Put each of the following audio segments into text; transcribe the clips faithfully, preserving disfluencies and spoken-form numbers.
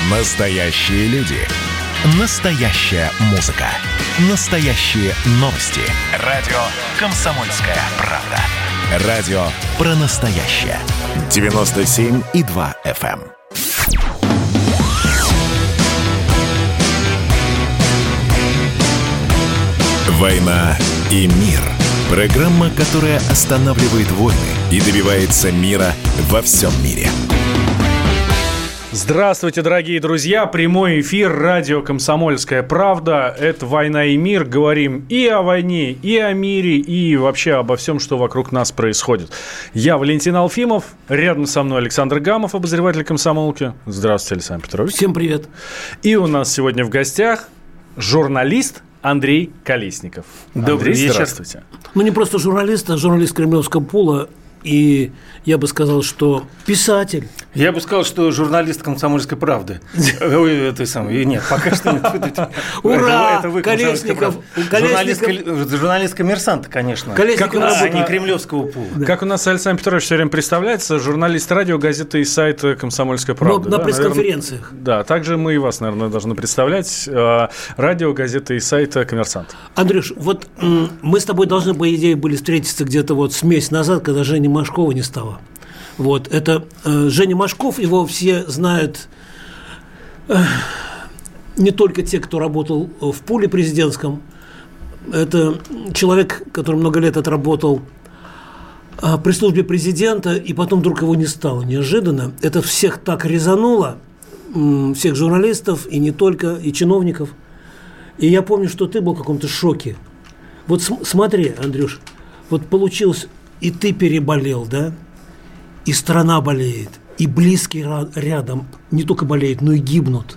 Настоящие люди. Настоящая музыка. Настоящие новости. Радио «Комсомольская правда». Радио про настоящее. девяносто семь и два эф эм. «Война и мир». Программа, которая останавливает войны и добивается мира во всем мире. Здравствуйте, дорогие друзья! Прямой эфир радио «Комсомольская правда». Это «Война и мир». Говорим и о войне, и о мире, и вообще обо всем, что вокруг нас происходит. Я Валентин Алфимов. Рядом со мной Александр Гамов, обозреватель «Комсомолки». Здравствуйте, Александр Петрович. Всем привет. И у нас сегодня в гостях журналист Андрей Колесников. Добрый Андрей, вечер. Здравствуйте. Ну, не просто журналист, а журналист Кремлевского пула. И я бы сказал, что писатель. Я бы сказал, что журналист «Комсомольской правды». Ой, это самое. Нет, пока что нет. Ура! Колесников. Журналист «Коммерсанта», конечно. Колесников, а не кремлевского пула. Как у нас Александр Петрович все время представляется, журналист радио, газеты и сайта «Комсомольская правда». На пресс-конференциях. Да, также мы и вас, наверное, должны представлять. Радио, газеты и сайта «Коммерсант». Андрюш, вот мы с тобой должны, по идее, были встретиться где-то вот с месяц назад, когда Жени Машкова не стало. Вот, это э, Женя Машков, его все знают, э, не только те, кто работал в пуле президентском. Это человек, который много лет отработал э, при службе президента, и потом вдруг его не стало неожиданно. Это всех так резануло, э, всех журналистов, и не только, и чиновников. И я помню, что ты был в каком-то шоке. Вот см- смотри, Андрюш, вот получилось, и ты переболел, да? И страна болеет, и близкие рядом не только болеют, но и гибнут.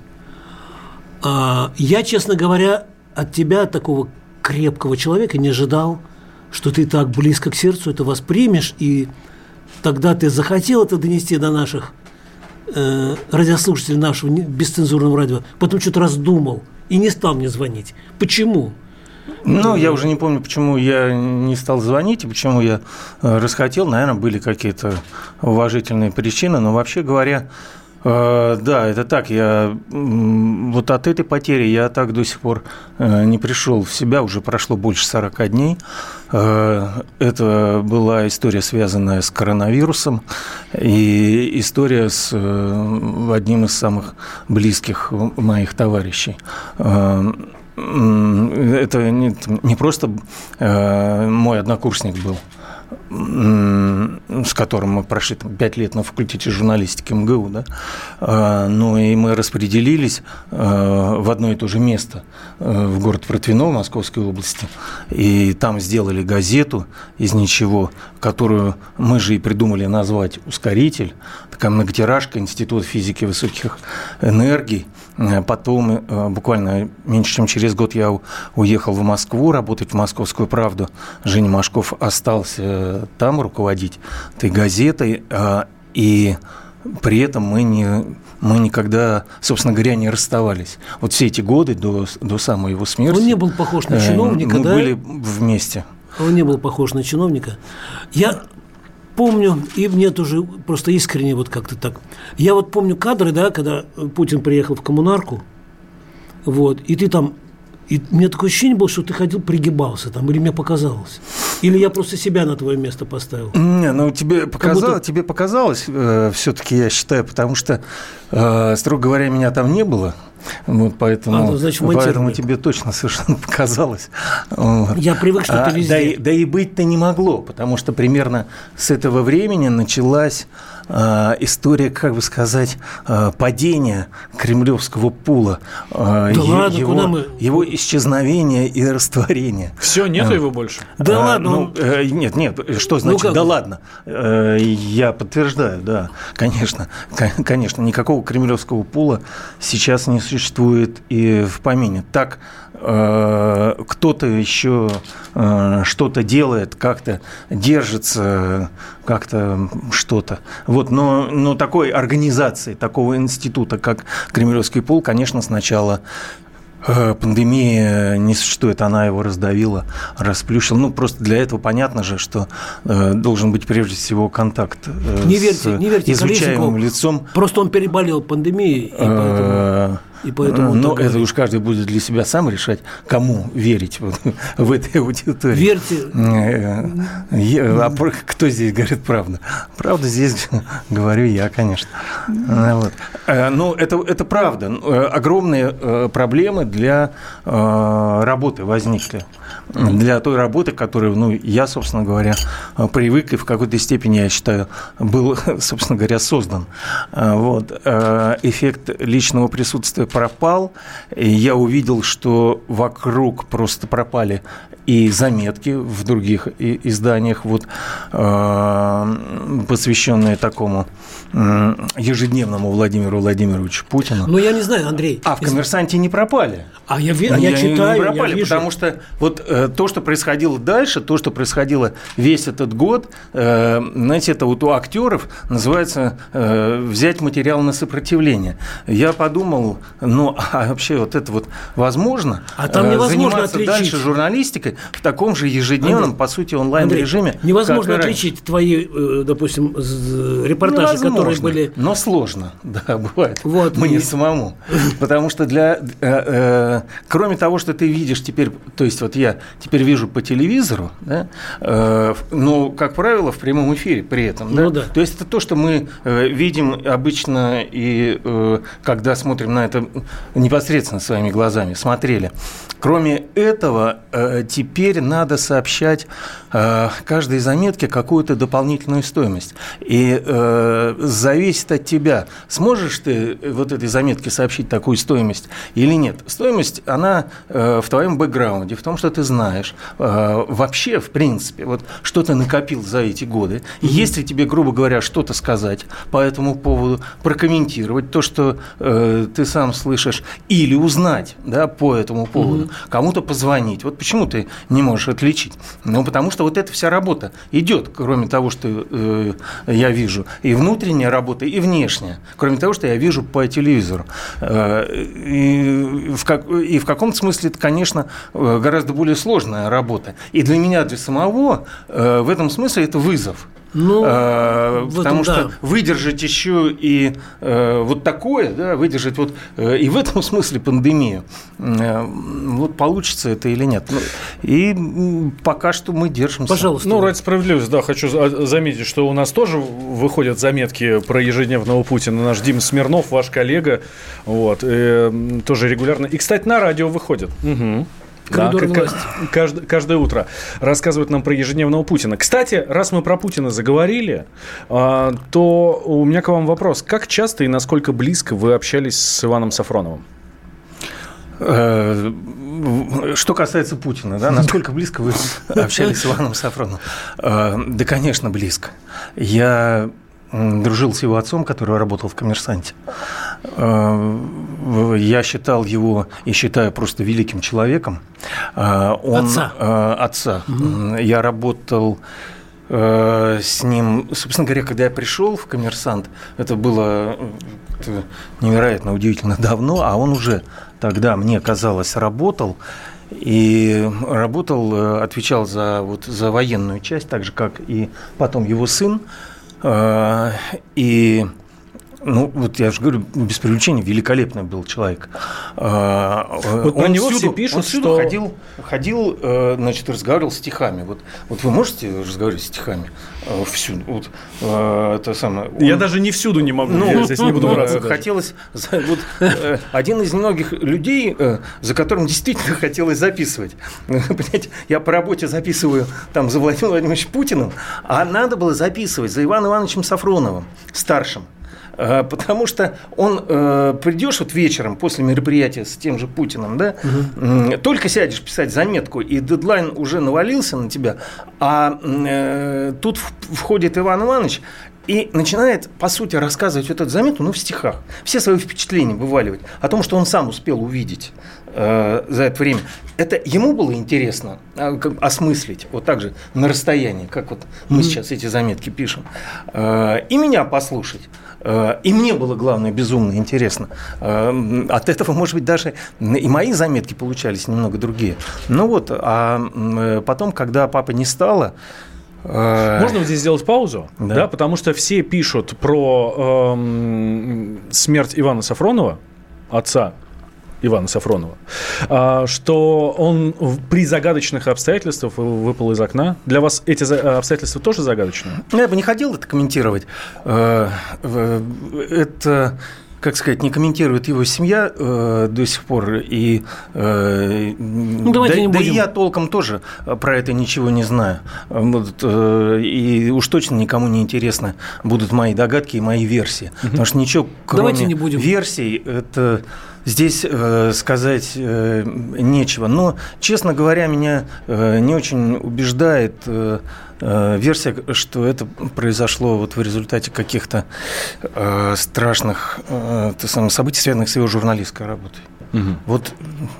А, я, честно говоря, от тебя, от такого крепкого человека, не ожидал, что ты так близко к сердцу это воспримешь, и тогда ты захотел это донести до наших э, радиослушателей нашего бесцензурного радио, потом что-то раздумал и не стал мне звонить. Почему? Ну, я уже не помню, почему я не стал звонить и почему я расхотел. Наверное, были какие-то уважительные причины, но вообще говоря, да, это так. Я вот от этой потери я так до сих пор не пришел в себя. Уже прошло больше сорока дней. Это была история, связанная с коронавирусом, и история с одним из самых близких моих товарищей. Это не, не просто э, мой однокурсник был, с которым мы прошли там, пять лет на факультете журналистики эм гэ у, да, э, но и мы распределились э, в одно и то же место, э, в город Протвино, в Московской области, и там сделали газету из ничего, которую мы же и придумали назвать «Ускоритель», такая многотиражка, Институт физики высоких энергий. Потом, буквально меньше чем через год, я уехал в Москву работать в «Московскую правду». Женя Машков остался там руководить этой газетой, и при этом мы, не, мы никогда, собственно говоря, не расставались. Вот все эти годы до, до самой его смерти он не был похож на чиновника, мы да? были вместе. Он не был похож на чиновника. Я помню, и мне тоже просто искренне вот как-то так. Я вот помню кадры, да, когда Путин приехал в коммунарку, вот, и ты там, и у меня такое ощущение было, что ты ходил, пригибался там, или мне показалось. Или я просто себя на твое место поставил. Не, ну тебе показалось, будто... тебе показалось э, все-таки, я считаю, потому что, э, строго говоря, меня там не было. Вот поэтому, а, ну, значит, поэтому тебе точно совершенно показалось. Я привык, что а, ты везде. Да и, да и быть-то не могло, потому что примерно с этого времени началась а, история, как бы сказать, а, падения кремлевского пула, а, да е- ладно, его, куда мы... его исчезновения и растворения. Все, нету а, его больше? Да а, ладно. Ну, он... э, нет, нет, что значит ну, да ладно? Э, я подтверждаю, да, конечно, конечно, никакого кремлевского пула сейчас не существует и в помине. Так э, кто-то еще э, что-то делает, как-то держится, как-то что-то. Вот, но, но такой организации, такого института, как Кремлевский пул, конечно, сначала Пандемия не существует, она его раздавила, расплющила. Ну, просто для этого понятно же, что э, должен быть прежде всего контакт э, не верьте, с не верьте изучаемым лицом. Просто он переболел пандемией, и поэтому... И поэтому Но это уж каждый будет для себя сам решать, кому верить вот, в этой аудитории. Верьте. А кто здесь говорит правду? Правду здесь говорю я, конечно. Вот. Но это, это правда. Огромные проблемы для работы возникли. Для той работы, которую, ну, я, собственно говоря, привык и в какой-то степени, я считаю, был, собственно говоря, создан. Вот. Эффект личного присутствия пропал, и я увидел, что вокруг просто пропали и заметки в других изданиях, вот, посвященные такому ежедневному Владимиру Владимировичу Путину. Ну, я не знаю, Андрей. А в «Коммерсанте» не пропали. А я, а я читаю, не пропали, я вижу. Потому что вот э, то, что происходило дальше, то, что происходило весь этот год, э, знаете, это вот у актеров называется э, взять материал на сопротивление. Я подумал, ну, а вообще вот это вот возможно? А там невозможно заниматься отличить. Дальше журналистикой в таком же ежедневном, Андрей, по сути, онлайн-режиме. Андрей, невозможно отличить твои, допустим, репортажи, невозможно, которые были... Но сложно, да, бывает. Вот, Мне и... самому. Потому что для... Э, э, кроме того, что ты видишь теперь, то есть вот я теперь вижу по телевизору, да, э, но, как правило, в прямом эфире при этом. Да? Ну, да. То есть это то, что мы э, видим обычно, и э, когда смотрим на это непосредственно своими глазами, смотрели. Кроме этого, э, теперь надо сообщать э, каждой заметке какую-то дополнительную стоимость. И э, зависит от тебя, сможешь ты вот этой заметке сообщить такую стоимость или нет. Стоимость, она э, в твоем бэкграунде, в том, что ты знаешь. Э, вообще, в принципе, вот что ты накопил за эти годы. И если тебе, грубо говоря, что-то сказать по этому поводу, прокомментировать то, что э, ты сам слышишь, или узнать, да, по этому поводу, mm-hmm. кому-то позвонить. Вот почему ты не можешь отличить? Ну, потому что вот эта вся работа идет, кроме того, что э, я вижу, и внутренняя работа, и внешняя, кроме того, что я вижу по телевизору. Э, и, в как, и в каком-то смысле это, конечно, гораздо более сложная работа. И для меня, для самого, э, в этом смысле это вызов. Ну, э, потому этом, что да. выдержать еще и э, вот такое, да, выдержать вот э, и в этом смысле пандемию, э, вот получится это или нет. И пока что мы держимся. Пожалуйста. Ну, ради справедливости, да, хочу заметить, что у нас тоже выходят заметки про ежедневного Путина. Наш Дима Смирнов, ваш коллега, вот, э, тоже регулярно. И, кстати, на радио выходит. Угу. Да, каждое, каждое утро рассказывают нам про ежедневного Путина. Кстати, раз мы про Путина заговорили, то у меня к вам вопрос. Как часто и насколько близко вы общались с Иваном Сафроновым? Что касается Путина, да, насколько близко вы общались с Иваном Сафроновым? Да, конечно, близко. Я дружил с его отцом, который работал в «Коммерсанте». Я считал его и считаю просто великим человеком. Он, отца. Отца. Угу. Я работал с ним, собственно говоря, когда я пришел в «Коммерсант», это было невероятно удивительно давно, а он уже тогда, мне казалось, работал. И работал, отвечал за, вот, за военную часть, так же, как и потом его сын. И, ну, вот я же говорю, без привлечения, великолепный был человек. Вот он про него всюду, все пишут, он всюду что... ходил, ходил, значит, разговаривал стихами. Вот, вот вы можете разговаривать стихами? Всюду. Вот, это самое, он... Я даже не всюду не могу. Ну, я здесь не буду браться. Хотелось... Вот, один из немногих людей, за которым действительно хотелось записывать. Понимаете, я по работе записываю там, за Владимиром Владимировичем Путиным, а надо было записывать за Иваном Ивановичем Сафроновым, старшим. Потому что он э, придешь вот вечером после мероприятия с тем же Путиным, да, угу. только сядешь писать заметку, и дедлайн уже навалился на тебя, а э, тут входит Иван Иванович и начинает, по сути, рассказывать вот эту заметку, ну, в стихах, все свои впечатления вываливать о том, что он сам успел увидеть э, за это время. Это ему было интересно э, как, осмыслить, вот так же на расстоянии, как вот мы mm-hmm. сейчас эти заметки пишем, э, и меня послушать. И мне было, главное, безумно интересно. От этого, может быть, даже и мои заметки получались немного другие. Ну вот, а потом, когда папы не стало... Можно вот здесь сделать паузу? Да. Да, потому что все пишут про эм, смерть Ивана Сафронова, отца Ивана Сафронова, что он при загадочных обстоятельствах выпал из окна. Для вас эти обстоятельства тоже загадочные? Я бы не хотел это комментировать. Это, как сказать, не комментирует его семья э, до сих пор. И, э, ну, да, да и я толком тоже про это ничего не знаю. Вот, э, и уж точно никому не интересно будут мои догадки и мои версии. Угу. Потому что ничего, кроме не будем. версий, это... Здесь э, сказать э, нечего. Но, честно говоря, меня э, не очень убеждает э, э, версия, что это произошло вот в результате каких-то э, страшных э, событий, связанных с его журналистской работой. Угу. Вот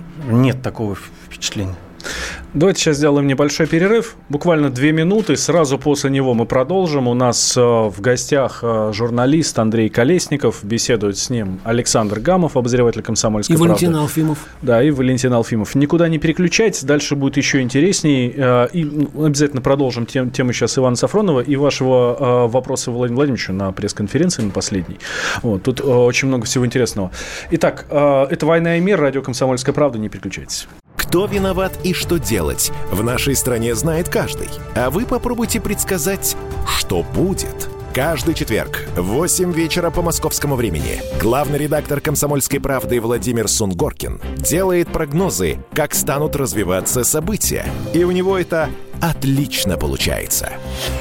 нет такого впечатления. Давайте сейчас сделаем небольшой перерыв, буквально две минуты, сразу после него мы продолжим. У нас в гостях журналист Андрей Колесников, беседует с ним Александр Гамов, обозреватель «Комсомольской правды». И Валентин Алфимов. Да, и Валентин Алфимов. Никуда не переключайтесь, дальше будет еще интересней. И обязательно продолжим тем, тему сейчас Ивана Сафронова и вашего вопроса Владимиру Владимировичу на пресс-конференции, на последней. Вот, тут очень много всего интересного. Итак, это «Война и мир», радио «Комсомольская правда», не переключайтесь. Кто виноват и что делать, в нашей стране знает каждый. А вы попробуйте предсказать, что будет. Каждый четверг в восемь вечера по московскому времени главный редактор «Комсомольской правды» Владимир Сунгоркин делает прогнозы, как станут развиваться события. И у него это отлично получается.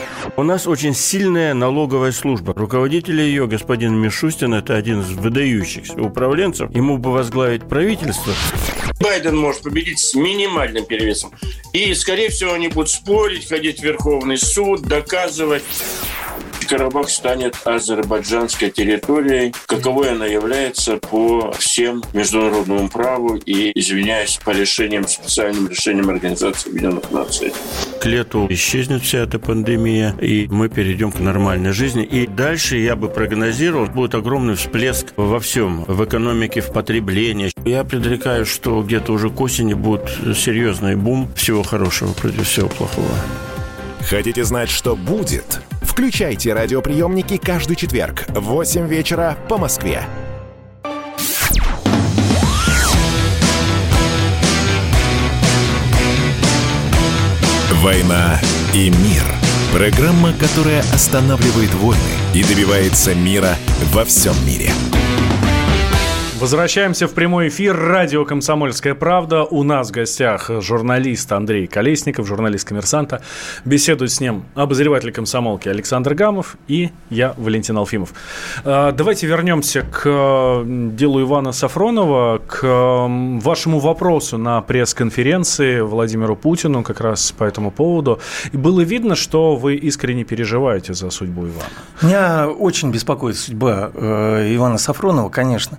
У нас очень сильная налоговая служба. Руководитель ее, господин Мишустин, это один из выдающихся управленцев. Ему бы возглавить правительство. Байден может победить с минимальным перевесом. И, скорее всего, они будут спорить, ходить в Верховный суд, доказывать. Карабах станет азербайджанской территорией, каковой она является по всем международному праву и, извиняюсь, по решениям, специальным решениям Организации Объединенных Наций. К лету исчезнет вся эта пандемия, и мы перейдем к нормальной жизни. И дальше, я бы прогнозировал, будет огромный всплеск во всем, в экономике, в потреблении. Я предрекаю, что где-то уже к осени будет серьезный бум. Всего хорошего против всего плохого. Хотите знать, что будет? Включайте радиоприемники каждый четверг в восемь вечера по Москве. «Война и мир» – программа, которая останавливает войны и добивается мира во всем мире. Возвращаемся в прямой эфир. Радио «Комсомольская правда». У нас в гостях журналист Андрей Колесников, журналист «Коммерсанта». Беседует с ним обозреватель «Комсомолки» Александр Гамов и я, Валентин Алфимов. Давайте вернемся к делу Ивана Сафронова, к вашему вопросу на пресс-конференции Владимиру Путину как раз по этому поводу. И было видно, что вы искренне переживаете за судьбу Ивана. Меня очень беспокоит судьба Ивана Сафронова, конечно.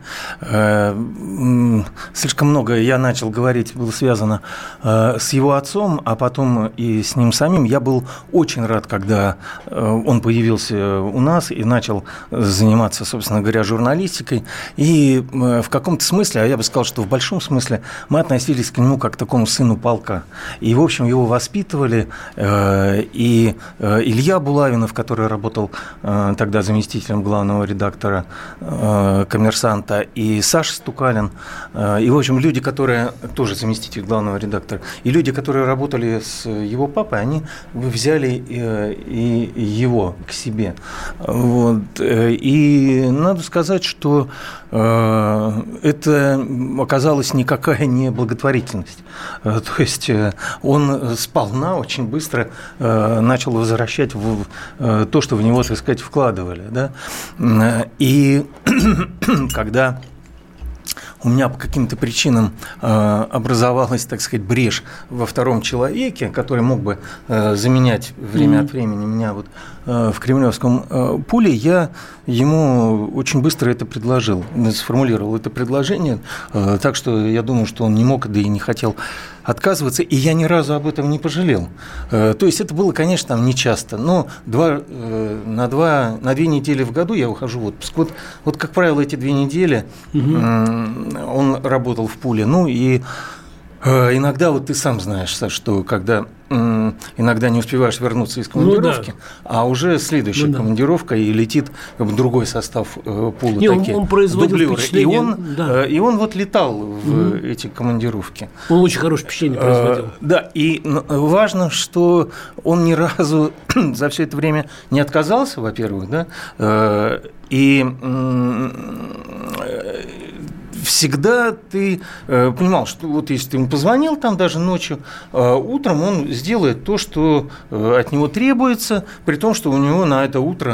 Слишком много я начал говорить, было связано с его отцом, а потом и с ним самим. Я был очень рад, когда он появился у нас и начал заниматься, собственно говоря, журналистикой. И в каком-то смысле, а я бы сказал, что в большом смысле, мы относились к нему как к такому сыну полка. И, в общем, его воспитывали. И Илья Булавинов, который работал тогда заместителем главного редактора «Коммерсанта», и Саша Стукалин, и, в общем, люди, которые тоже заместитель главного редактора, и люди, которые работали с его папой, они взяли и его к себе. Вот. И надо сказать, что это оказалось никакая не благотворительность. То есть он сполна очень быстро начал возвращать то, что в него, так сказать, вкладывали. Да? И когда у меня по каким-то причинам э, образовалась, так сказать, брешь во втором человеке, который мог бы э, заменять время mm-hmm. от времени меня вот, э, в кремлевском э, пуле, я ему очень быстро это предложил, сформулировал это предложение, э, так что я думаю, что он не мог, да и не хотел отказываться, и я ни разу об этом не пожалел. То есть это было, конечно, там нечасто, но два, на, два, на две недели в году я ухожу в отпуск. Вот, вот как правило, эти две недели угу. он работал в Пуле. Ну и иногда, вот ты сам знаешь, Саш, что когда иногда не успеваешь вернуться из командировки, ну, да. а уже следующая ну, да. командировка, и летит как бы другой состав Пула, не, такие он, он производил дублеры. И он, да. и он вот летал в угу. эти командировки. Он очень хорошее впечатление производил. А, да, и важно, что он ни разу за все это время не отказался, во-первых, да, и всегда ты э, понимал, что вот если ты ему позвонил там даже ночью, э, утром он сделает то, что э, от него требуется, при том, что у него на это утро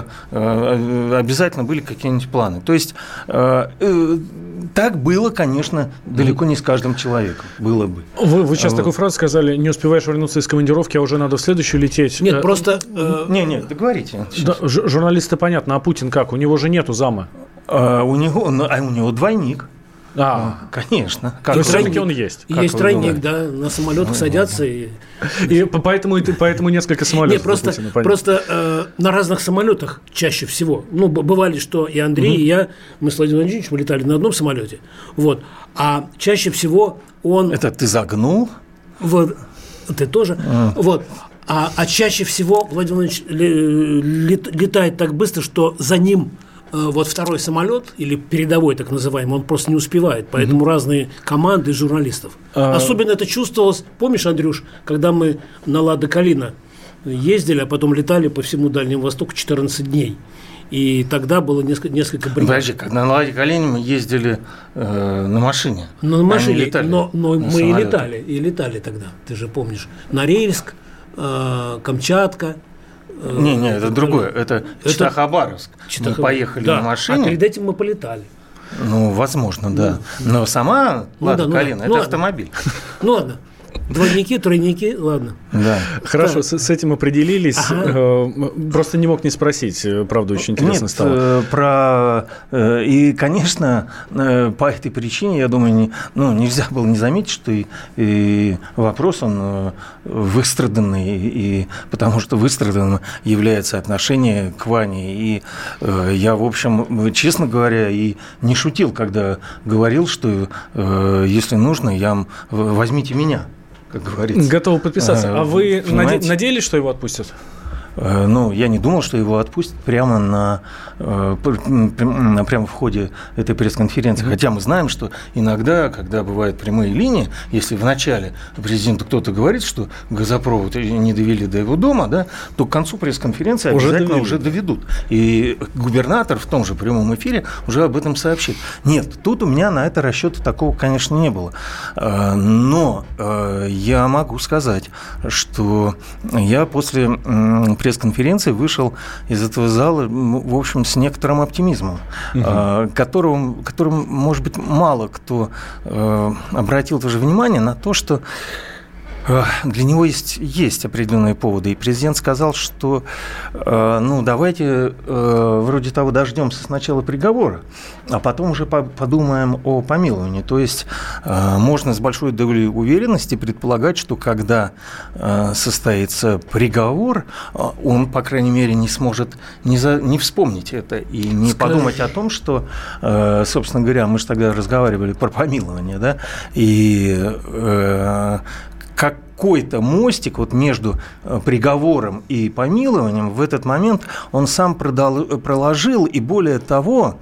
э, обязательно были какие-нибудь планы. То есть э, э, так было, конечно, далеко не с каждым человеком. Было бы. Вы, вы сейчас вот. такую фразу сказали: не успеваешь вернуться из командировки, а уже надо в следующую лететь. Нет, просто... Э, не, нет, договорите. Да, ж- журналисты понятно, а Путин как? У него же нету зама. А, у него, а у него двойник. А, конечно. Как то есть все-таки он есть. Есть тройник, да, на самолетах садятся. И, и поэтому, поэтому несколько самолетов. Нет, просто, просто э, на разных самолетах чаще всего. Ну, бывали, что и Андрей, угу. и я, мы с Владимиром Владимировичем мы летали на одном самолете. Вот. А чаще всего он... Это ты загнул? Вот. Ты тоже. А. Вот. А, а чаще всего Владимир Владимирович летает так быстро, что за ним... Вот второй самолет, или передовой так называемый, он просто не успевает, поэтому mm-hmm. разные команды журналистов. А... Особенно это чувствовалось, помнишь, Андрюш, когда мы на Лада Калина ездили, а потом летали по всему Дальнему Востоку четырнадцать дней. И тогда было несколько, несколько бригад. Подожди, когда на Ладе Калине мы ездили э, на машине. Ну, на машине, летали, но, но мы самолете. и летали, и летали тогда, ты же помнишь. Норильск, э, Камчатка. Не, не, это другое. Это, это Чита-Хабаровск. Мы поехали да. на машине. А перед этим мы полетали. Ну, возможно, да. Но сама ну, Лада да, Калина ну, – это ну, автомобиль. Ну ладно. Двойники, тройники, ладно. Да. Хорошо, да. С, с этим определились. Ага. Просто не мог не спросить, правда, очень интересно Нет, стало. Про... И, конечно, по этой причине, я думаю, не... ну, нельзя было не заметить, что и, и вопрос, он выстраданный, и... потому что выстраданным является отношение к Ване. И я, в общем, честно говоря, и не шутил, когда говорил, что если нужно, я... возьмите меня. Как говорится. Готовы подписаться. А, а вы понимаете? Надеялись, что его отпустят? Ну, я не думал, что его отпустят прямо, на, прямо в ходе этой пресс-конференции. Mm-hmm. Хотя мы знаем, что иногда, когда бывают прямые линии, если вначале президенту кто-то говорит, что газопровод не довели до его дома, да, то к концу пресс-конференции уже обязательно довели. уже доведут. И губернатор в том же прямом эфире уже об этом сообщит. Нет, тут у меня на это расчета такого, конечно, не было. Но я могу сказать, что я после пресс-конференции вышел из этого зала, в общем, с некоторым оптимизмом, угу. которым, которым, может быть, мало кто обратил тоже внимание на то, что для него есть, есть определенные поводы. И президент сказал, что ну, давайте вроде того дождемся сначала приговора, а потом уже подумаем о помиловании. То есть можно с большой долей уверенности предполагать, что когда состоится приговор, он, по крайней мере, не сможет не, за, не вспомнить это и не Скажи. подумать о том, что, собственно говоря, мы же тогда разговаривали про помилование, да, и какой-то мостик вот между приговором и помилованием в этот момент он сам продал, проложил, и более того,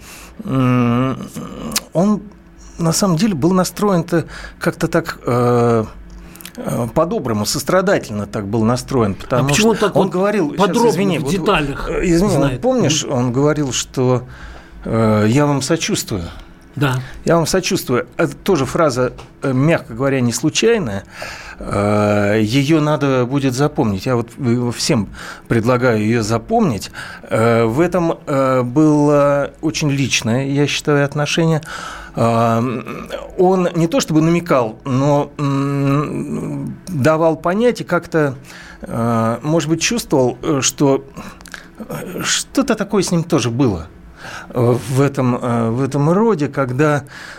он на самом деле был настроен-то как-то так... по-доброму, сострадательно так был настроен, потому а почему что так он вот говорил, подробно, сейчас, извини, в деталях вот, извини, вот помнишь, он говорил, что э, я вам сочувствую. Да. Я вам сочувствую. Это тоже фраза, мягко говоря, не случайная. Ее надо будет запомнить. Я вот всем предлагаю ее запомнить. В этом было очень личное, я считаю, отношение. Он не то чтобы намекал, но давал понять и как-то, может быть, чувствовал, что что-то такое с ним тоже было. в этом, в этом роде, когда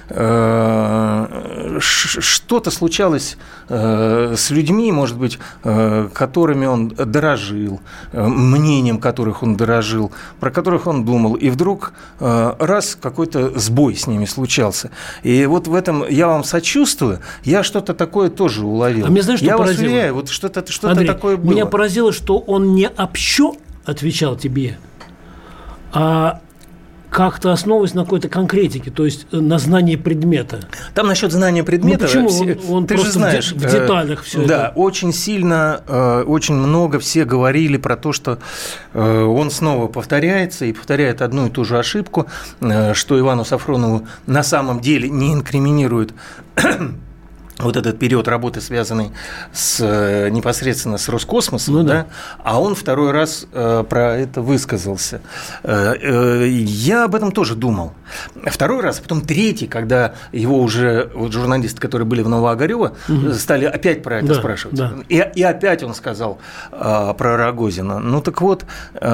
э, что-то случалось э, с людьми, может быть, э, которыми он дорожил, э, мнением которых он дорожил, про которых он думал, и вдруг э, раз какой-то сбой с ними случался. И вот в этом я вам сочувствую, я что-то такое тоже уловил. А меня знаешь, что я поразило? вас уверяю, вот что-то, что-то Андрей, такое было. Меня поразило, что он не общо отвечал тебе, а как-то основываясь на какой-то конкретике, то есть на знании предмета. Там насчет знания предмета... Ну, почему? Он, он ты просто же знаешь, в, де- в деталях все это. Да, очень сильно, очень много все говорили про то, что он снова повторяется и повторяет одну и ту же ошибку, что Ивану Сафронову на самом деле не инкриминирует вот этот период работы, связанный с, непосредственно с Роскосмосом, ну, да. Да, а он второй раз э, про это высказался. Э, э, я об этом тоже думал. Второй раз, а потом третий, когда его уже вот, журналисты, которые были в Новоогарёво, угу. стали опять про это да, спрашивать. Да. И, и опять он сказал э, про Рогозина. Ну так вот,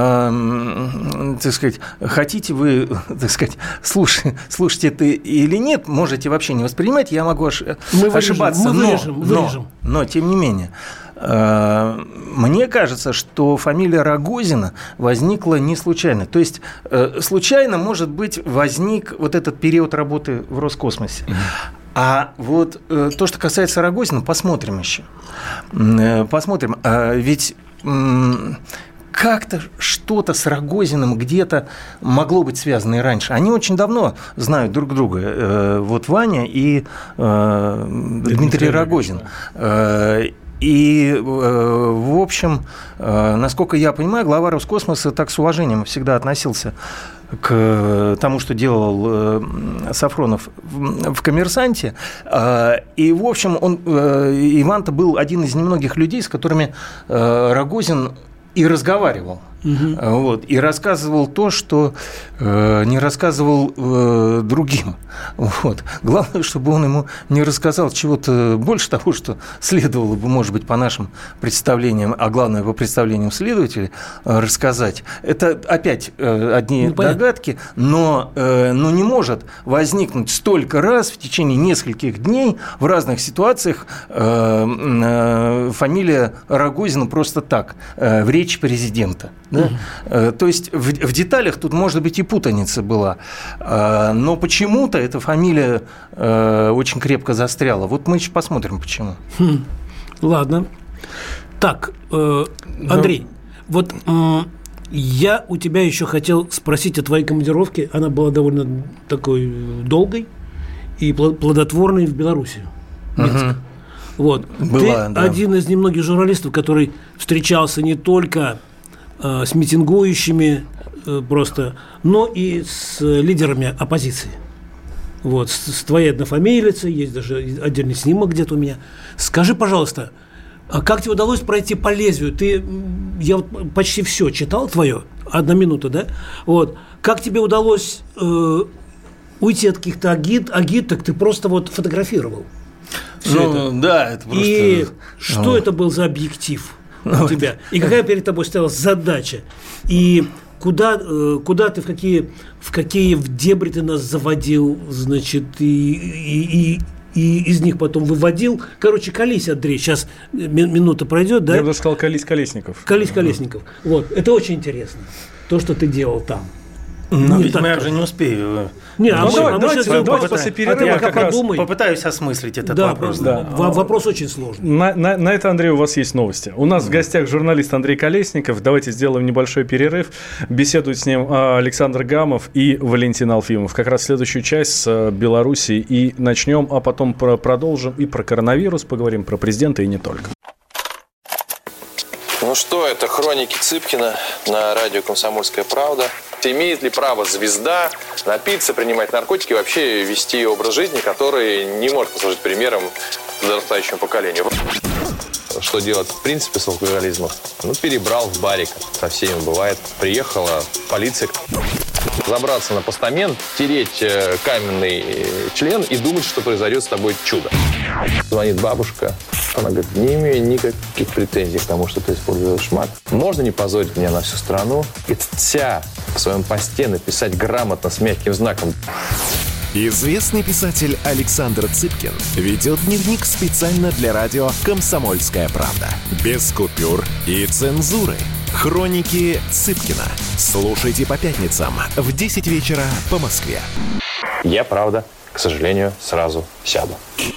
э, так сказать, хотите вы, так сказать, слушать, слушать это или нет, можете вообще не воспринимать, я могу ошибаться. ошибаться, мы но, вырежем, вырежем. Но, но, тем не менее, э, мне кажется, что фамилия Рогозина возникла не случайно. То есть, э, случайно, может быть, возник вот этот период работы в Роскосмосе. А вот э, то, что касается Рогозина, посмотрим еще. Э, посмотрим. А ведь... Э, как-то что-то с Рогозиным где-то могло быть связано и раньше. Они очень давно знают друг друга. Вот Ваня и э, Дмитрий, Дмитрий Рогозин. Да. И, в общем, насколько я понимаю, глава Роскосмоса так с уважением всегда относился к тому, что делал Сафронов в «Коммерсанте». И, в общем, он, Иван-то был один из немногих людей, с которыми Рогозин и разговаривал. Угу. Вот, и рассказывал то, что э, не рассказывал э, другим. Вот. Главное, чтобы он ему не рассказал чего-то больше того, что следовало бы, может быть, по нашим представлениям, а главное, по представлениям следователей, э, рассказать. Это опять э, одни ну, догадки, но, э, но не может возникнуть столько раз в течение нескольких дней в разных ситуациях э, э, фамилия Рогозина просто так, э, в речи президента. Да? Mm-hmm. То есть в, в деталях тут, может быть, и путаница была, но почему-то эта фамилия очень крепко застряла. Вот мы еще посмотрим, почему. Хм. Ладно. Так, э, Андрей, но... вот э, я у тебя еще хотел спросить о твоей командировке. Она была довольно такой долгой и плодотворной в Белоруссию, Минск. Mm-hmm. Вот. Была, Ты да. один из немногих журналистов, который встречался не только э, с митингующими э, просто, но и с лидерами оппозиции. Вот, с, с твоей однофамилицей, есть даже отдельный снимок где-то у меня. Скажи, пожалуйста, а как тебе удалось пройти по лезвию? Ты, я вот почти все читал твое, одна минута, да? Вот. Как тебе удалось э, уйти от каких-то агит, агиток, ты просто вот фотографировал? Ну, это. Да, это просто... И что ну. это был за объектив ну, у тебя? И какая перед тобой стояла задача? И куда, куда ты, в какие, в какие в дебри ты нас заводил, значит, и, и, и, и из них потом выводил? Короче, колись, Андрей, сейчас минута пройдет, да? Я бы сказал, колись Колесников. Колись Колесников. Вот, это очень интересно, то, что ты делал там. Ну, ведь я уже не успею. Не, а ну, мы, давай, а давайте, мы давайте после перерыва я как раз попытаюсь осмыслить этот да, вопрос. Да. Вопрос очень сложный. На, на, на это, Андрей, у вас есть новости. У нас mm. в гостях журналист Андрей Колесников. Давайте сделаем небольшой перерыв. Беседуют с ним Александр Гамов и Валентин Алфимов. Как раз следующую часть с Белоруссией и начнем, а потом про, продолжим и про коронавирус поговорим, про президента и не только. Ну что, это хроники Цыпкина на радио «Комсомольская правда». Имеет ли право звезда напиться, принимать наркотики и вообще вести образ жизни, который не может послужить примером подрастающему поколению? Что делать в принципе с алкоголизмом? Ну, перебрал в барик. Со всеми бывает. Приехала полиция. Забраться на постамент, тереть каменный член и думать, что произойдет с тобой чудо. Звонит бабушка. Она говорит, не имею никаких претензий к тому, что ты используешь мат. Можно не позорить меня на всю страну и вся в своем посте написать грамотно с мягким знаком. Известный писатель Александр Цыпкин ведет дневник специально для радио «Комсомольская правда». Без купюр и цензуры. Хроники Цыпкина. Слушайте по пятницам в десять вечера по Москве. Я, правда, к сожалению, сразу сяду.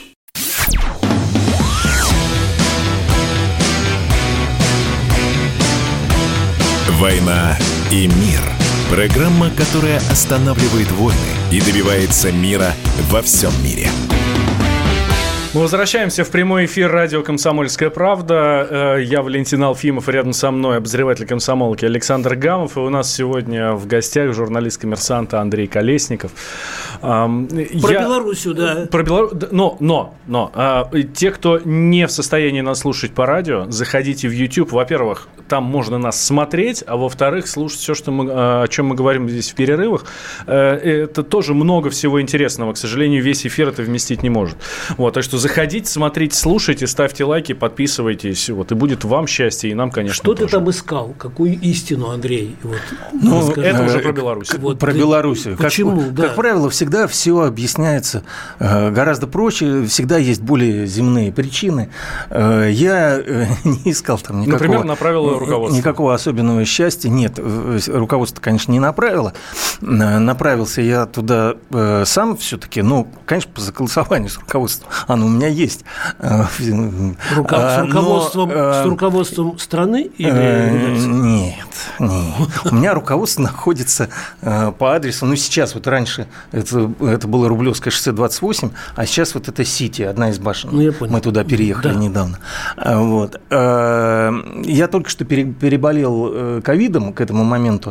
«Война и мир». Программа, которая останавливает войны и добивается мира во всем мире. Мы возвращаемся в прямой эфир радио «Комсомольская правда». Я Валентин Алфимов, и рядом со мной обозреватель комсомолки Александр Гамов. И у нас сегодня в гостях журналист «Коммерсанта» Андрей Колесников. Про Я... Белоруссию, да. Про Белору... Но, но, но. А, те, кто не в состоянии нас слушать по радио, заходите в YouTube. Во-первых, там можно нас смотреть, а во-вторых, слушать все, что мы, о чем мы говорим здесь в перерывах. Это тоже много всего интересного. К сожалению, весь эфир это вместить не может. Вот, так что заходите, смотрите, слушайте, ставьте лайки, подписывайтесь. Вот, и будет вам счастье, и нам, конечно, Что тоже. Ты там искал? Какую истину, Андрей? Вот, ну, это уже про Беларусь. Вот, про ты... Белоруссию. Почему? Как, да. как правило, всегда все объясняется э, гораздо проще. Всегда есть более земные причины. Э, я э, не искал там никакого... Например, направило руководство. Никакого особенного счастья. Нет, руководство, конечно, не направило. Направился я туда э, сам все-таки. Ну, конечно, по согласованию с руководством. Оно у меня есть. Рука... С, руководством, Но, с руководством страны? Или... Нет, нет. У меня руководство находится по адресу, ну, сейчас, вот раньше это, это было Рублевское шоссе двадцать восемь, а сейчас вот это Сити, одна из башен. Ну, я понял. Мы туда переехали да. недавно. Вот. Я только что переболел ковидом к этому моменту.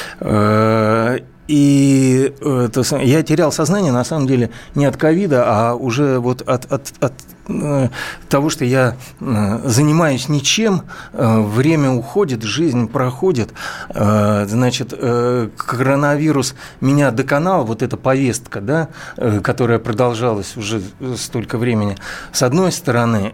И это, я терял сознание, на самом деле, не от ковида, а уже вот от, от, от того, что я занимаюсь ничем, время уходит, жизнь проходит, значит, коронавирус меня доконал, вот эта повестка, да, которая продолжалась уже столько времени, с одной стороны,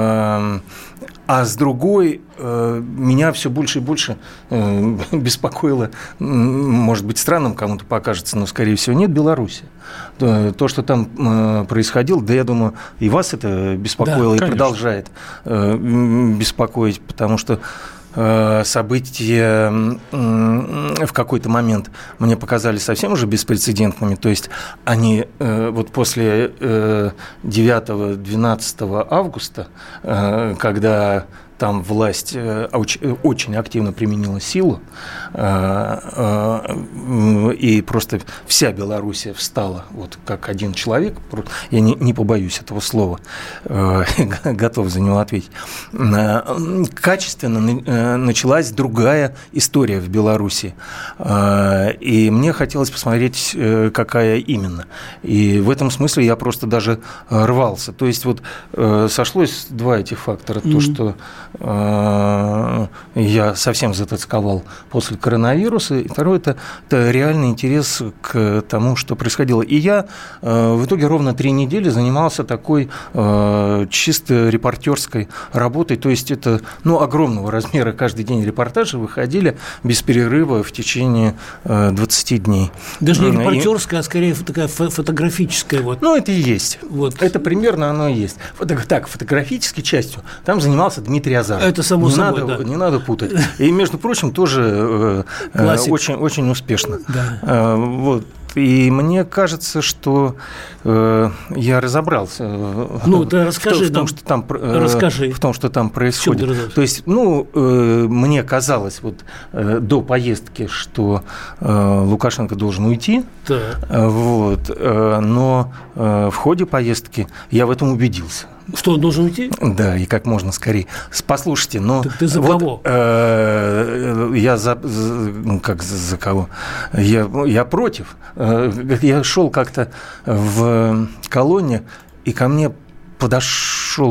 а с другой, меня все больше и больше беспокоило, может быть, странным кому-то покажется, но, скорее всего, нет, Беларуси. То, что там происходило, да, я думаю, и вас это беспокоило, да, и продолжает беспокоить, потому что события в какой-то момент мне показались совсем уже беспрецедентными. То есть они вот после девятого-двенадцатого августа, когда там власть очень активно применила силу, и просто вся Белоруссия встала вот как один человек, я не, не побоюсь этого слова, готов за него ответить, качественно началась другая история в Белоруссии. И мне хотелось посмотреть, какая именно. И в этом смысле я просто даже рвался. То есть вот сошлось два этих фактора. Mm-hmm. То, что я совсем затасковал после коронавируса. И второе, это, это реальный интерес к тому, что происходило. И я в итоге ровно три недели занимался такой чисто репортерской работой. То есть это, ну, огромного размера каждый день репортажи выходили без перерыва в течение двадцати дней. Даже не репортерская, и... а скорее такая фотографическая. Вот. Ну, это и есть. Вот. Это примерно оно и есть. Фото... Так, фотографической частью там занимался Дмитрий Азаров. Это само не собой, надо, да. Не надо путать. И, между прочим, тоже э, очень, очень успешно. Да. Э, вот. И мне кажется, что э, я разобрался ну, да, расскажи в, том, в, том, что там, э, расскажи. в том, что там происходит. То есть, ну, э, мне казалось вот, э, до поездки, что э, Лукашенко должен уйти, да. э, вот, э, но э, в ходе поездки я в этом убедился. Что, он должен уйти? Да, и как можно скорее. Послушайте, но... Так ты за вот, кого? Э, я за... за как за, за кого? Я, я против. Э, я шел как-то в колонне, и ко мне подошел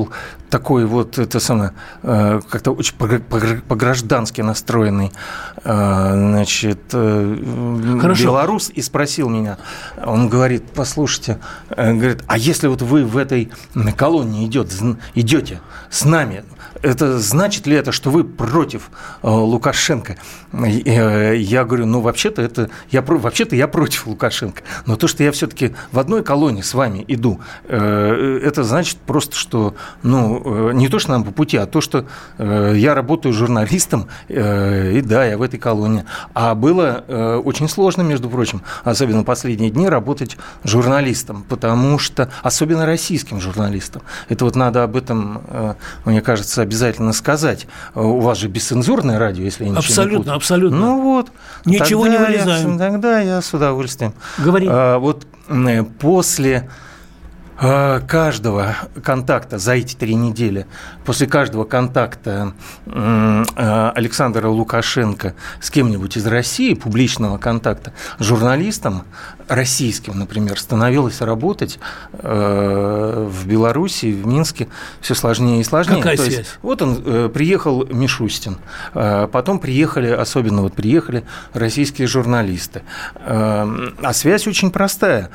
такой вот, это самое, как-то очень по-граждански настроенный, значит, Хорошо. белорус и спросил меня, он говорит, послушайте, говорит, а если вот вы в этой колонне идет, идете с нами, это значит ли это, что вы против э, Лукашенко? Я говорю, ну, вообще-то, это, я, вообще-то я против Лукашенко, но то, что я все-таки в одной колонне с вами иду, э, это значит просто, что, ну, не то, что нам по пути, а то, что э, я работаю журналистом, э, и да, я в этой колонне. А было э, очень сложно, между прочим, особенно последние дни, работать журналистом, потому что, особенно российским журналистом, это вот надо об этом, э, мне кажется, обязательно сказать. У вас же бесцензурное радио, если я ничего абсолютно, не путаю. Абсолютно, Ну вот. Ничего не вырезаем. Я, тогда я с удовольствием. Говори. А, вот после каждого контакта за эти три недели, после каждого контакта Александра Лукашенко с кем-нибудь из России, публичного контакта, журналистом российским, например, становилось работать в Беларуси, в Минске все сложнее и сложнее. Какая То связь? есть, вот он приехал Мишустин, потом приехали, особенно вот приехали российские журналисты. А связь очень простая.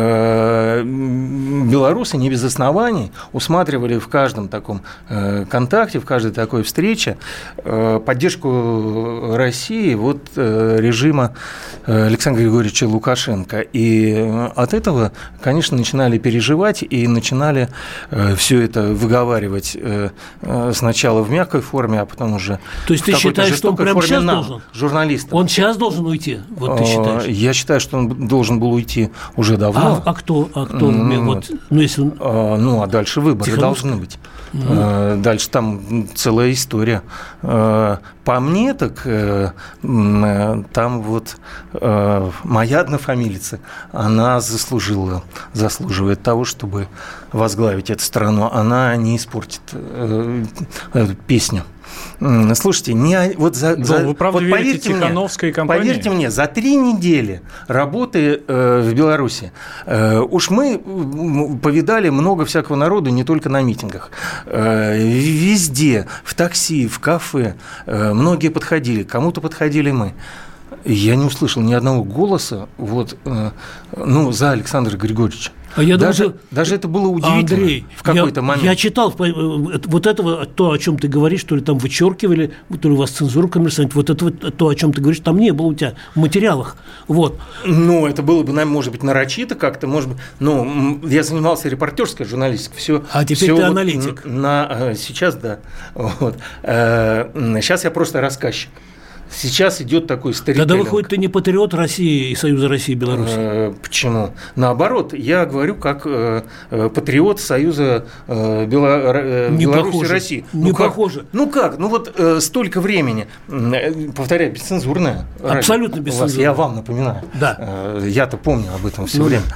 Белорусы не без оснований усматривали в каждом таком контакте, в каждой такой встрече поддержку России вот режима Александра Григорьевича Лукашенко. И от этого, конечно, начинали переживать и начинали все это выговаривать сначала в мягкой форме, а потом уже То есть в ты какой-то считаешь, что он жестокой прямо форме сейчас нам, должен? журналистам. Он сейчас должен уйти? Вот ты считаешь? Я считаю, что он должен был уйти уже давно. А, а кто? А кто? Ну, вот, ну, если он... а, ну, а дальше выборы должны быть. Mm-hmm. А, дальше там целая история. А, по мне, так а, там вот а, моя однофамилица, она заслужила, заслуживает того, чтобы возглавить эту страну. Она не испортит а, эту песню. Слушайте, не, вот за, да, за, вы правда вот верите Тихановской компании? Поверьте мне, за три недели работы э, в Беларуси э, уж мы повидали много всякого народу, не только на митингах. Э, везде, в такси, в кафе, э, многие подходили, кому-то подходили мы. Я не услышал ни одного голоса вот, э, ну, за Александра Григорьевича. А я даже, думаю, даже это было удивительно Андрей, в какой-то я, момент. Я читал вот этого, то, о чем ты говоришь, то ли там вычеркивали, то ли у вас цензура коммерсант, вот это вот, то, о чем ты говоришь, там не было у тебя в материалах. Вот. Ну, это было бы, может быть, нарочито как-то, может быть. Ну, я занимался репортерской журналистикой. Все, а теперь все ты вот аналитик. На, сейчас, да. Вот. Сейчас я просто рассказчик. Сейчас идет такой сторителлинг. Тогда, выходит, ты не патриот России и Союза России и Беларуси. Почему? Наоборот, я говорю как патриот Союза Беларуси и России. Не ну, похоже. Как? Ну как? Ну вот столько времени. Повторяю, бесцензурное. Абсолютно бесцензурное. Я вам напоминаю. Да. Я-то помню об этом все ну, время.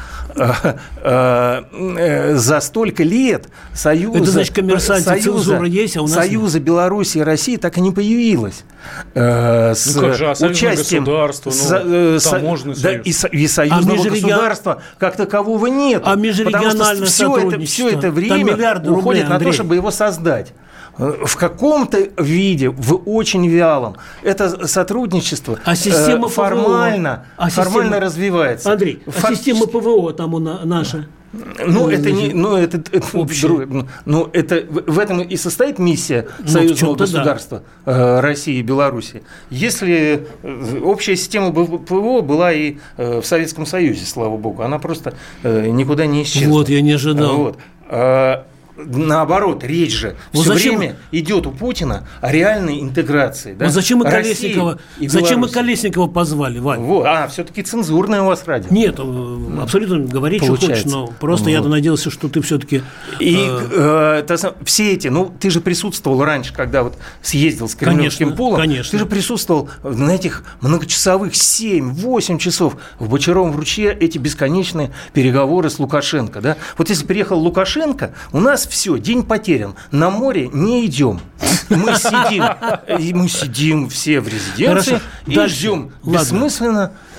За столько лет Союза, это значит, коммерсанты, цензура есть, а у нас Союза нет. Беларуси и России так и не появилось. С ну как же, а участием государства, ну, с, таможенный да, союз. И, и союзного а межрегион... государства как такового нет. А межрегиональное все это, все это время уходит рублей, на то, чтобы его создать. В каком-то виде, в очень вялом. Это сотрудничество а система формально, а формально система... развивается. Андрей, Фак... а система ПВО там у наша? Ну, это не, ну, это, это, друг, ну, это в этом и состоит миссия ну, союзного государства да. России и Беларуси. Если общая система ПВО была и в Советском Союзе, слава богу, она просто никуда не исчезла. Вот, я не ожидал. Вот. Наоборот, речь же вот все зачем... время идет у Путина о реальной интеграции. Да? Вот зачем мы Колесникова, зачем мы Колесникова позвали, Вань? Вот. А, все-таки цензурное у вас радио. Нет, абсолютно говори, Получается. Что хочешь, но просто вот. Я надеялся, что ты все-таки... И э, э, все эти, ну, ты же присутствовал раньше, когда вот съездил с Кремлевским конечно, полом, конечно. Ты же присутствовал на этих многочасовых семь-восемь часов в Бочаровом ручье, эти бесконечные переговоры с Лукашенко. Да? Вот если приехал Лукашенко, у нас все, день потерян. На море не идем. Мы сидим, и мы сидим все в резиденции Хорошо. И Дальше. Ждем Ладно. Бессмысленно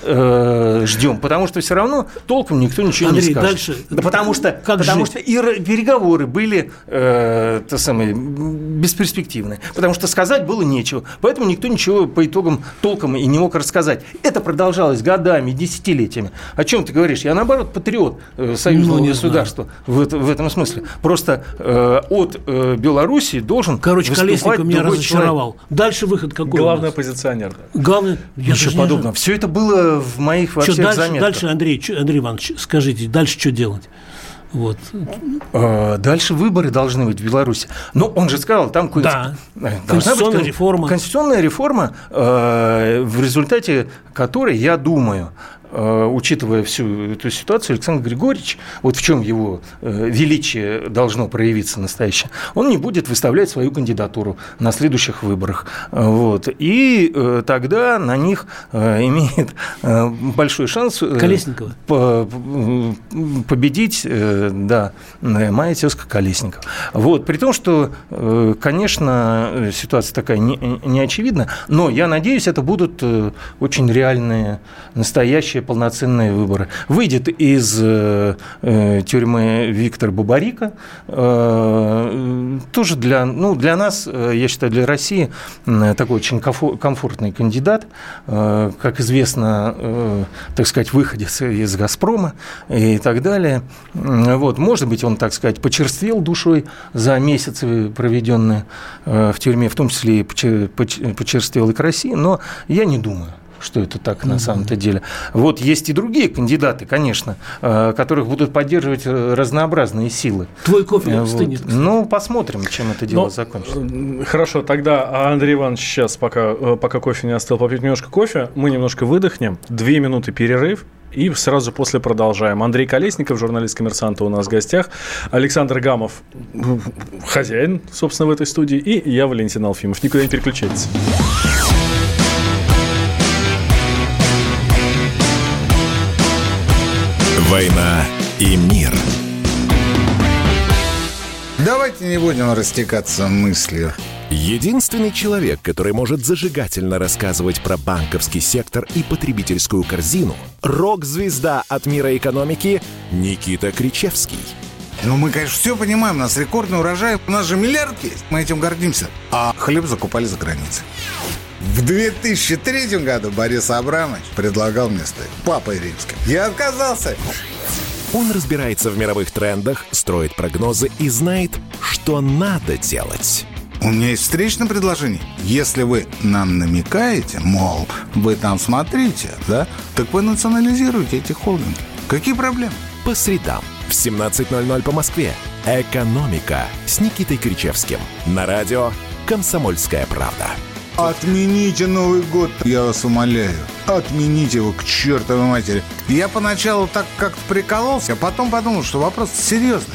э, ждем, потому что все равно толком никто ничего Андрей, не скажет. Дальше... Да потому что, как потому жить? что и переговоры были э, то самое, бесперспективные, потому что сказать было нечего, поэтому никто ничего по итогам толком и не мог рассказать. Это продолжалось годами, десятилетиями. О чем ты говоришь? Я, наоборот, патриот э, союзного ну, государства в, в этом смысле. Просто э, от э, Белоруссии должен Короче, Колесников меня разочаровал. Человек. Дальше выход какой? Главный оппозиционер. Да. Главный... Ничего подобного. Все это было в моих во что, всех дальше, заметках. Дальше, Андрей, Андрей Иванович, скажите, дальше что делать? Вот. Дальше выборы должны быть в Беларуси. Но он же сказал, там да. конституционная быть, реформа. Конституционная реформа, в результате которой, я думаю, учитывая всю эту ситуацию, Александр Григорьевич, вот в чем его величие должно проявиться настоящее, он не будет выставлять свою кандидатуру на следующих выборах. Вот. И тогда на них имеет большой шанс Колесникова. победить, да, моя тезка Колесникова. Вот. При том, что, конечно, ситуация такая не, не очевидна, но я надеюсь, это будут очень реальные, настоящие полноценные выборы. Выйдет из э, тюрьмы Виктор Бабарика. Э, тоже для, ну, для нас, я считаю, для России такой очень комфортный кандидат. Э, как известно, э, так сказать, выходец из «Газпрома» и так далее. Вот. Может быть, он, так сказать, почерствел душой за месяцы, проведенные э, в тюрьме, в том числе и почерствел и к России, но я не думаю, что это так на mm-hmm. самом-то деле. Вот есть и другие кандидаты, конечно, которых будут поддерживать разнообразные силы. Твой кофе вот. стынет. Ну, посмотрим, чем это дело Но, закончится. Хорошо, тогда Андрей Иванович сейчас, пока, пока кофе не остыл, попить немножко кофе, мы немножко выдохнем, две минуты перерыв, и сразу после продолжаем. Андрей Колесников, журналист «Коммерсанта», у нас в гостях. Александр Гамов, хозяин, собственно, в этой студии. И я, Валентин Алфимов. Никуда не переключайтесь. «Война и мир». Давайте не будем растекаться мыслью. Единственный человек, который может зажигательно рассказывать про банковский сектор и потребительскую корзину – рок-звезда от мира экономики Никита Кричевский. Ну, мы, конечно, все понимаем, у нас рекордный урожай, у нас же миллиард есть, мы этим гордимся. А хлеб закупали за границей. В две тысячи третьем году Борис Абрамович предлагал мне стать папой римским. Я отказался. Он разбирается в мировых трендах, строит прогнозы и знает, что надо делать. У меня есть встречное предложение. Если вы нам намекаете, мол, вы там смотрите, да, так вы национализируете эти холдинги. Какие проблемы? По средам в семнадцать ноль ноль по Москве. «Экономика» с Никитой Кричевским. На радио «Комсомольская правда». Отмените Новый год, я вас умоляю. Отмените его к чертовой матери. Я поначалу так как-то прикололся, а потом подумал, что вопрос серьезный.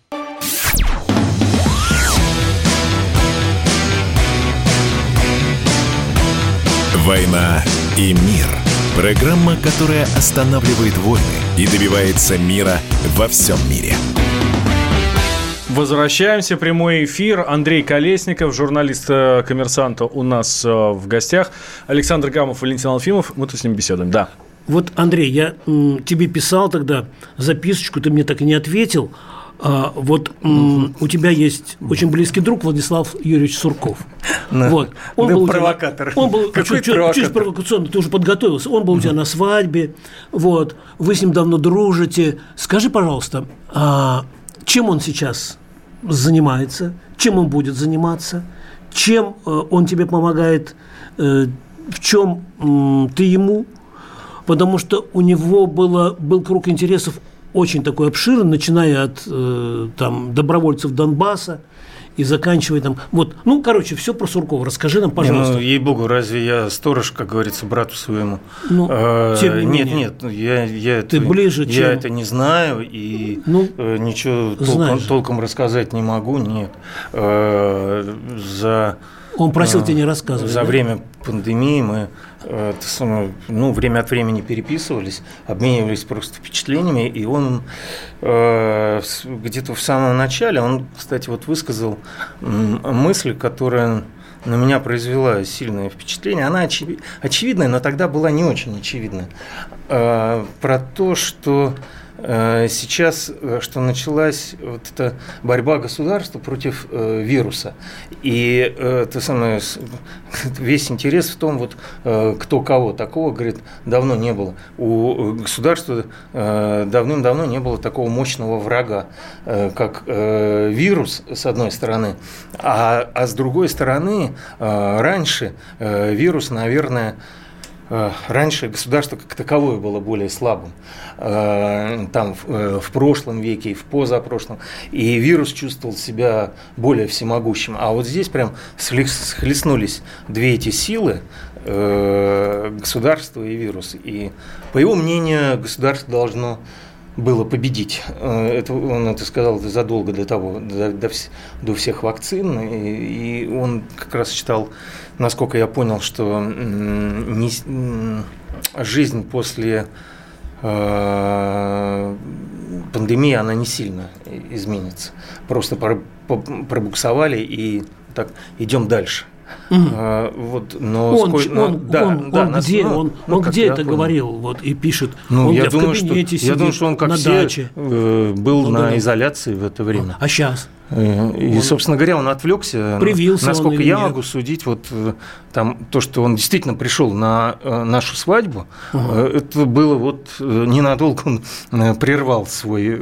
«Война и мир». Программа, которая останавливает войны и добивается мира во всем мире. Возвращаемся. Прямой эфир. Андрей Колесников, журналист «Коммерсанта», у нас в гостях. Александр Гамов, Валентин Алфимов. Мы тут с ним беседуем. Да. Вот, Андрей, я м, тебе писал тогда записочку, ты мне так и не ответил. А, вот м, у тебя есть очень близкий друг Владислав Юрьевич Сурков. Да. Вот. Он да был провокатор. Тебя, он был чуть, чуть, чуть провокационный, ты уже подготовился. Он был у тебя на свадьбе. Вот. Вы с ним давно дружите. Скажи, пожалуйста, а чем он сейчас занимается, чем он будет заниматься, чем э, он тебе помогает, э, в чем э, ты ему, потому что у него было, был круг интересов очень такой обширный, начиная от э, там, добровольцев Донбасса и заканчивая там, вот, ну, короче, все про Суркова. Расскажи нам, пожалуйста. Не, ну, ей-богу, разве я сторож, как говорится, брату своему? Ну, а, тем не нет, менее. нет, я, я, Ты это, ближе, я чем... это не знаю и ну, ничего толком, толком рассказать не могу, нет. А, за... Он просил а, тебя не рассказывать. За да? время пандемии мы ну, время от времени переписывались, обменивались просто впечатлениями, и он э, где-то в самом начале, он, кстати, вот высказал мысль, которая на меня произвела сильное впечатление. Она очевид... очевидная, но тогда была не очень очевидная. Про то, что сейчас, что началась вот эта борьба государства против э, вируса. И э, то самое, весь интерес в том, вот, э, кто кого. Такого, говорит, давно не было. У государства э, давным-давно не было такого мощного врага, э, как э, вирус, с одной стороны. А, а с другой стороны, э, раньше э, вирус, наверное, раньше государство как таковое было более слабым, там в прошлом веке и в позапрошлом, и вирус чувствовал себя более всемогущим. А вот здесь прям схлестнулись две эти силы, государство и вирус. И, по его мнению, государство должно было победить. Это, он это сказал задолго до того, до, до, до всех вакцин, и, и он как раз считал, насколько я понял, что не, жизнь после э, пандемии, она не сильно изменится. Просто пробуксовали и так идем дальше. Угу. А, вот, но он сколь, но, он, да, он, да, он нас, где, ну, он, ну, он где это понял. говорил вот, и пишет? Ну, он я, где, думаю, в кабинете что, я думаю, что он, как на все, даче. был ну, на да. изоляции в это время. А сейчас? И, он, собственно говоря, он отвлекся. Привился насколько он или я нет? могу судить, вот там то, что он действительно пришел на нашу свадьбу, угу. это было вот ненадолго, он прервал свой,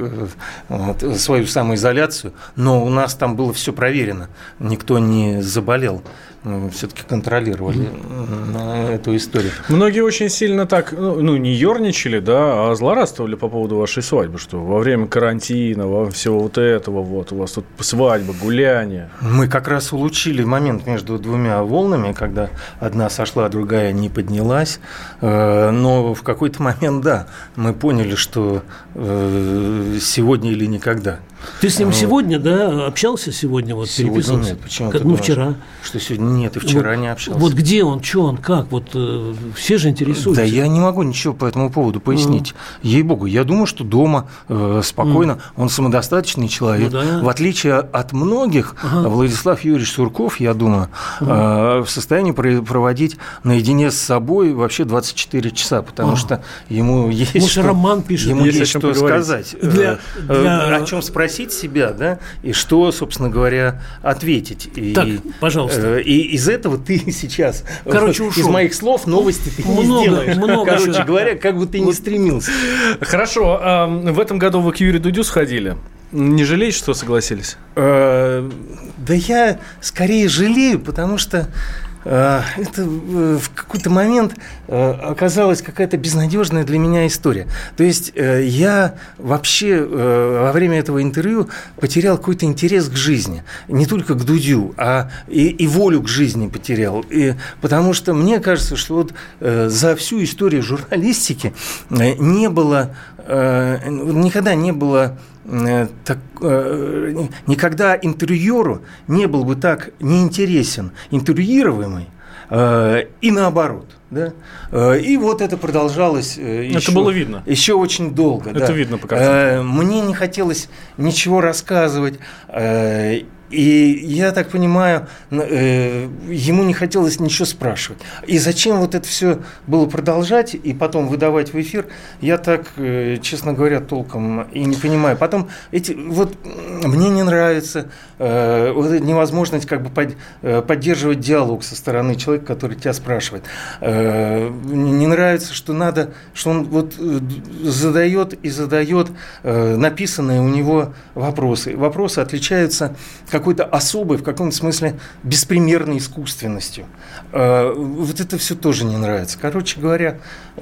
свою самоизоляцию, но у нас там было все проверено, никто не заболел. Все-таки контролировали mm-hmm. эту историю. Многие очень сильно так, ну, не ерничали, да, а злорадствовали по поводу вашей свадьбы, что во время карантина, во всего вот этого, вот, у вас тут свадьба, гуляние. Мы как раз улучшили момент между двумя волнами, когда одна сошла, а другая не поднялась, но в какой-то момент, да, мы поняли, что сегодня или никогда. Ты с ним вот. сегодня, да, общался сегодня, вот сегодня переписывался? Нет, почему? Как, ну, вчера. Что сегодня нет, и вчера вот, не общался. Вот где он, что он, как, вот э, все же интересуются. Да, я не могу ничего по этому поводу пояснить. Mm. Ей-богу, я думаю, что дома э, спокойно, mm. он самодостаточный человек. Ну, да. В отличие от многих, ага. Владислав Юрьевич Сурков, я думаю, ага. э, в состоянии проводить наедине с собой вообще двадцать четыре часа, потому ага. что ему есть Может, что, роман пишет, ему есть, есть что сказать. Для, для... О чем спросить себя, да, и что, собственно говоря, ответить. И, так, пожалуйста. И из этого ты сейчас, короче, из моих слов новости ты много, не сделаешь. Много короче еще. говоря, как бы ты ни стремился. Хорошо. А в этом году вы к Юрию Дудю сходили. Не жалеете, что согласились? Да я скорее жалею, потому что это в какой-то момент оказалась какая-то безнадежная для меня история. То есть я вообще во время этого интервью потерял какой-то интерес к жизни. Не только к Дудю, а и, и волю к жизни потерял. И, потому что мне кажется, что вот за всю историю журналистики не было, никогда не было Так, э, никогда интервьюеру не был бы так неинтересен интервьюируемый, э, и наоборот. Да? Э, и вот это продолжалось э, это еще, было видно. еще очень долго. Это да. видно по картинке. Э, мне не хотелось ничего рассказывать. Э, И я так понимаю, ему не хотелось ничего спрашивать. И зачем вот это все было продолжать и потом выдавать в эфир, я так, честно говоря, толком и не понимаю. Потом эти, вот мне не нравится вот эта невозможность как бы поддерживать диалог со стороны человека, который тебя спрашивает. Не нравится, что надо, что он вот задает и задает написанные у него вопросы. Вопросы отличаются какой-то особой, в каком-то смысле беспримерной искусственностью. Вот это все тоже не нравится. Короче говоря,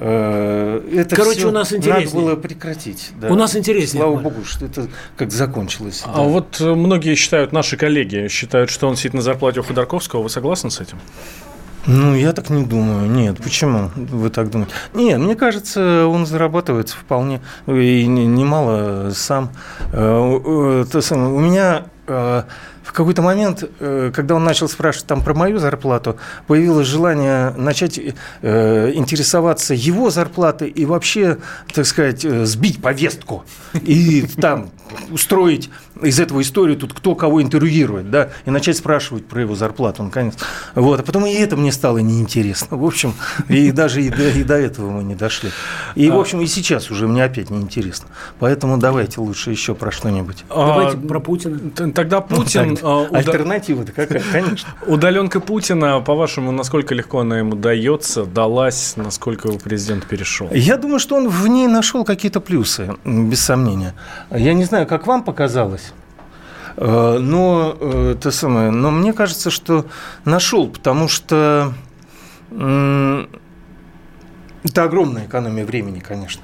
это Короче, все у нас надо было прекратить. Да. У нас интереснее. Слава богу, что это как закончилось. А да. вот многие считают, наши коллеги считают, что он сидит на зарплате у Ходорковского. Вы согласны с этим? Ну, я так не думаю. Нет, почему вы так думаете? Нет, мне кажется, он зарабатывает вполне и немало сам. У меня в какой-то момент, когда он начал спрашивать там про мою зарплату, появилось желание начать э, интересоваться его зарплатой и вообще, так сказать, сбить повестку и там устроить из этого историю, тут кто кого интервьюирует, да, и начать спрашивать про его зарплату, наконец. Вот. А потом и это мне стало неинтересно. В общем, и даже и до, и до этого мы не дошли. И, в общем, и сейчас уже мне опять неинтересно. Поэтому давайте лучше еще про что-нибудь. Давайте а, про Путина. Тогда Путин... Ну, так, альтернатива-то какая, конечно. Удаленка Путина, по-вашему, насколько легко она ему дается, далась, насколько его президент перешел? Я думаю, что он в ней нашел какие-то плюсы, без сомнения. Я не знаю, как вам показалось, но, это самое, но мне кажется, что нашел, потому что это огромная экономия времени, конечно.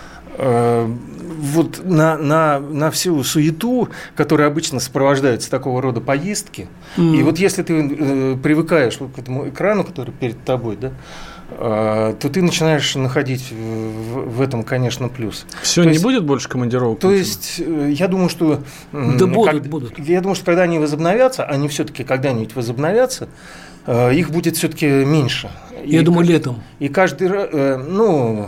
Вот на, на, на всю суету, которая обычно сопровождается такого рода поездки, mm. и вот если ты э, привыкаешь вот к этому экрану, который перед тобой, да, э, то ты начинаешь находить в, в этом, конечно, плюс. Все, то не есть, будет больше командировок? То Путина? есть, э, я думаю, что... Э, да будут, как, будут. Я думаю, что когда они возобновятся, они все-таки когда-нибудь возобновятся, э, их будет все-таки меньше. Я и, думаю, летом. И каждый раз, э, ну...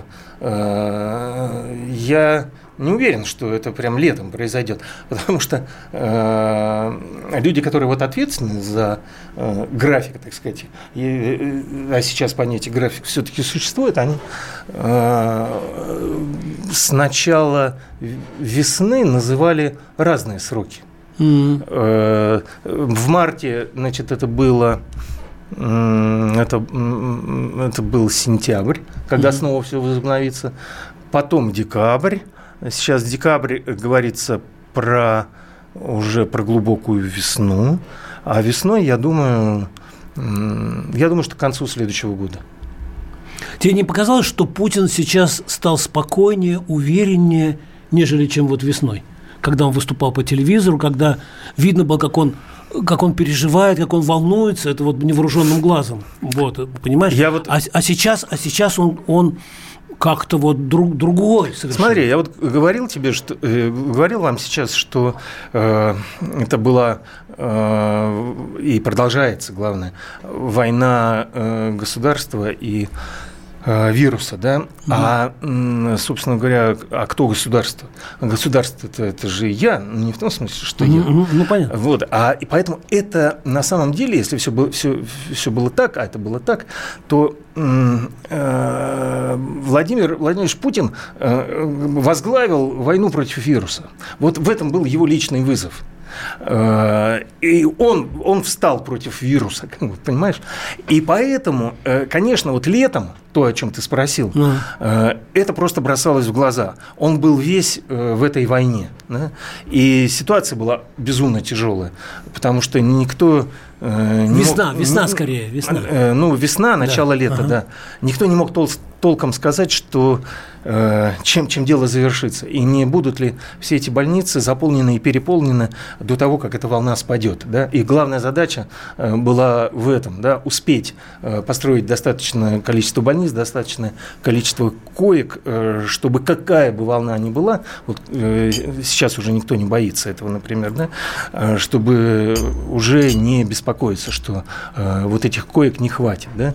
Я не уверен, что это прям летом произойдет, потому что э, люди, которые вот ответственны за э, график, так сказать, и, а сейчас понятие график все-таки существует, они э, с начала весны называли разные сроки. Mm-hmm. Э, в марте, значит, это было... Это, это был сентябрь, когда mm-hmm. снова все возобновится. Потом декабрь. Сейчас декабрь говорится про уже про глубокую весну. А весной, я думаю, я думаю, что к концу следующего года. Тебе не показалось, что Путин сейчас стал спокойнее, увереннее, нежели чем вот весной? Когда он выступал по телевизору, когда видно было, как он, как он переживает, как он волнуется, это вот невооруженным глазом. Вот, понимаешь? Я вот... а, а сейчас, а сейчас он, он как-то вот друг, другой совершенно. Смотри, я вот говорил тебе, что, э, говорил вам сейчас, что э, это была э, и продолжается, главное, война э, государства и вируса, да, mm-hmm. а, собственно говоря, а кто государство? Государство это, это же я, не в том смысле, что mm-hmm. я. Ну, понятно. Вот, а, и поэтому это на самом деле, если все было, все, все было так, а это было так, то э, Владимир Владимирович Путин э, возглавил войну против вируса. Вот в этом был его личный вызов. И он, он встал против вируса, понимаешь? И поэтому, конечно, вот летом, то, о чем ты спросил, mm. это просто бросалось в глаза. Он был весь в этой войне. Да? И ситуация была безумно тяжелая, потому что никто... Весна, мог, весна ну, скорее, весна. Ну, весна, начало да. лета, ага. да. Никто не мог тол- толком сказать, что, э, чем, чем дело завершится, и не будут ли все эти больницы заполнены и переполнены до того, как эта волна спадет. Да? И главная задача э, была в этом, да, успеть э, построить достаточное количество больниц, достаточное количество коек, э, чтобы какая бы волна ни была, вот э, сейчас уже никто не боится этого, например, да, э, чтобы уже не беспокоиться, что э, вот этих коек не хватит. Да?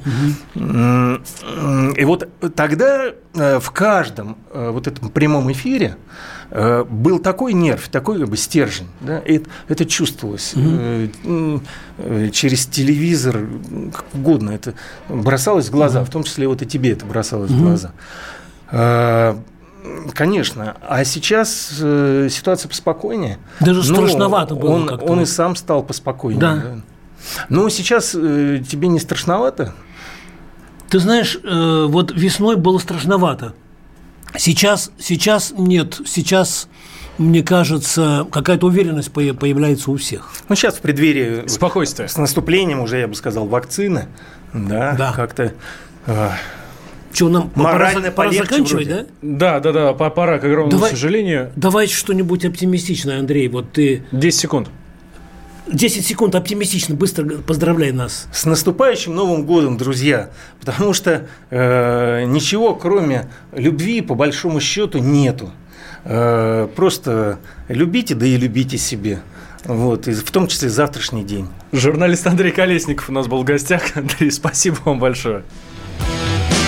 Угу. И вот тогда э, в каждом э, вот этом прямом эфире э, был такой нерв, такой как бы стержень. Да? И это, это чувствовалось. Угу. Э, э, через телевизор, как угодно, это бросалось в глаза, угу. в том числе вот и тебе это бросалось угу. в глаза. Э, Конечно, а сейчас э, ситуация поспокойнее. Даже страшновато было он, как-то. Он и сам стал поспокойнее. Да. Да. Но сейчас э, тебе не страшновато? Ты знаешь, э, вот весной было страшновато. Сейчас, сейчас нет. Сейчас, мне кажется, какая-то уверенность появляется у всех. Ну, сейчас в преддверии... Спокойствие. С наступлением уже, я бы сказал, вакцины. Да, да. как-то... Э, Что, нам пора, пора заканчивать, вроде. да? Да, да, да, пора, к огромному Давай, сожалению. Давайте что-нибудь оптимистичное, Андрей. Вот ты... десять секунд. десять секунд оптимистично, быстро поздравляй нас. С наступающим Новым годом, друзья. Потому что э, ничего, кроме любви, по большому счету, нету. Э, просто любите, да и любите себе. Вот, и в том числе завтрашний день. Журналист Андрей Колесников у нас был в гостях. Андрей, спасибо вам большое.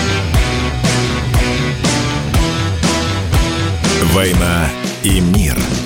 «Война и мир».